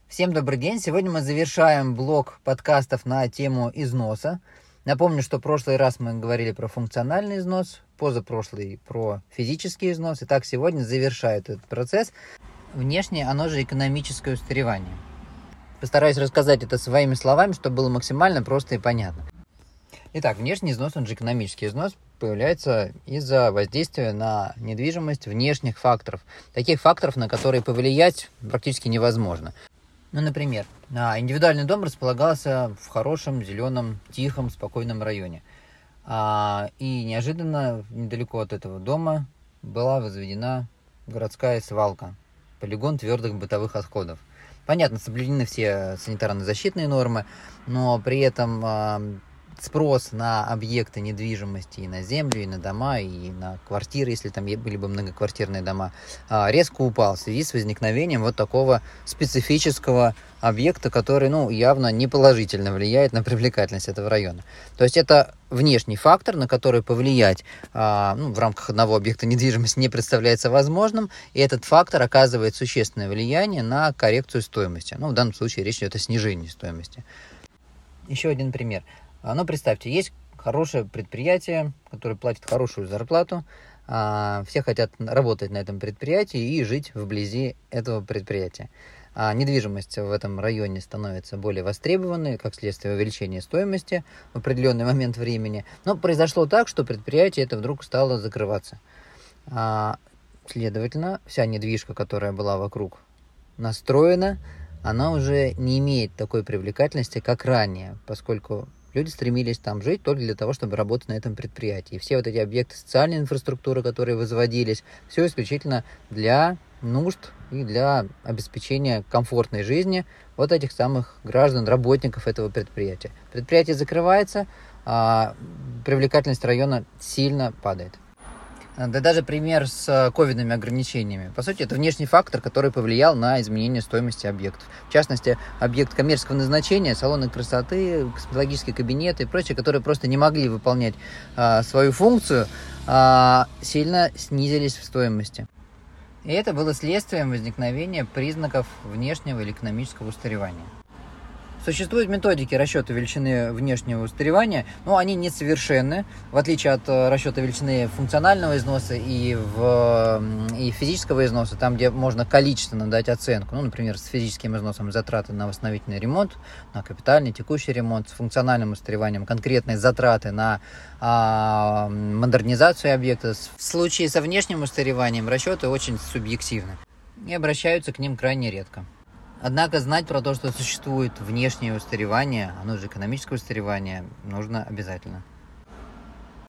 Всем добрый день. Сегодня мы завершаем блок подкастов на тему износа. Напомню, что в прошлый раз мы говорили про функциональный износ, позапрошлый про физический износ. Итак, сегодня завершает этот процесс внешнее, оно же экономическое устаревание. Постараюсь рассказать это своими словами, чтобы было максимально просто и понятно. Итак, внешний износ, он же экономический износ, появляется из-за воздействия на недвижимость внешних факторов. Таких факторов, на которые повлиять практически невозможно. Например, индивидуальный дом располагался в хорошем, зеленом, тихом, спокойном районе. И неожиданно недалеко от этого дома была возведена городская свалка, полигон твердых бытовых отходов. Понятно, соблюдены все санитарно-защитные нормы, но при этом спрос на объекты недвижимости и на землю, и на дома, и на квартиры, если там были бы многоквартирные дома, резко упал в связи с возникновением вот такого специфического объекта, который, явно не положительно влияет на привлекательность этого района. То есть это внешний фактор, на который повлиять в рамках одного объекта недвижимости не представляется возможным, и этот фактор оказывает существенное влияние на коррекцию стоимости. В данном случае речь идет о снижении стоимости. Еще один пример. Представьте, есть хорошее предприятие, которое платит хорошую зарплату, все хотят работать на этом предприятии и жить вблизи этого предприятия. Недвижимость в этом районе становится более востребованной, как следствие увеличения стоимости в определенный момент времени. Но произошло так, что предприятие это вдруг стало закрываться. Следовательно, вся недвижка, которая была вокруг настроена, она уже не имеет такой привлекательности, как ранее, поскольку люди стремились там жить только для того, чтобы работать на этом предприятии. И все вот эти объекты социальной инфраструктуры, которые возводились, все исключительно для нужд и для обеспечения комфортной жизни вот этих самых граждан, работников этого предприятия. Предприятие закрывается, а привлекательность района сильно падает. Да даже пример с ковидными ограничениями. По сути, это внешний фактор, который повлиял на изменение стоимости объектов. В частности, объект коммерческого назначения, салоны красоты, косметологические кабинеты и прочее, которые просто не могли выполнять свою функцию, сильно снизились в стоимости. И это было следствием возникновения признаков внешнего или экономического устаревания. Существуют методики расчета величины внешнего устаревания, но они несовершенны, в отличие от расчета величины функционального износа и физического износа, там, где можно количественно дать оценку. Например, с физическим износом затраты на восстановительный ремонт, на капитальный, текущий ремонт, с функциональным устареванием конкретные затраты на модернизацию объекта. В случае со внешним устареванием расчеты очень субъективны и обращаются к ним крайне редко. Однако знать про то, что существует внешнее устаревание, оно же экономическое устаревание, нужно обязательно.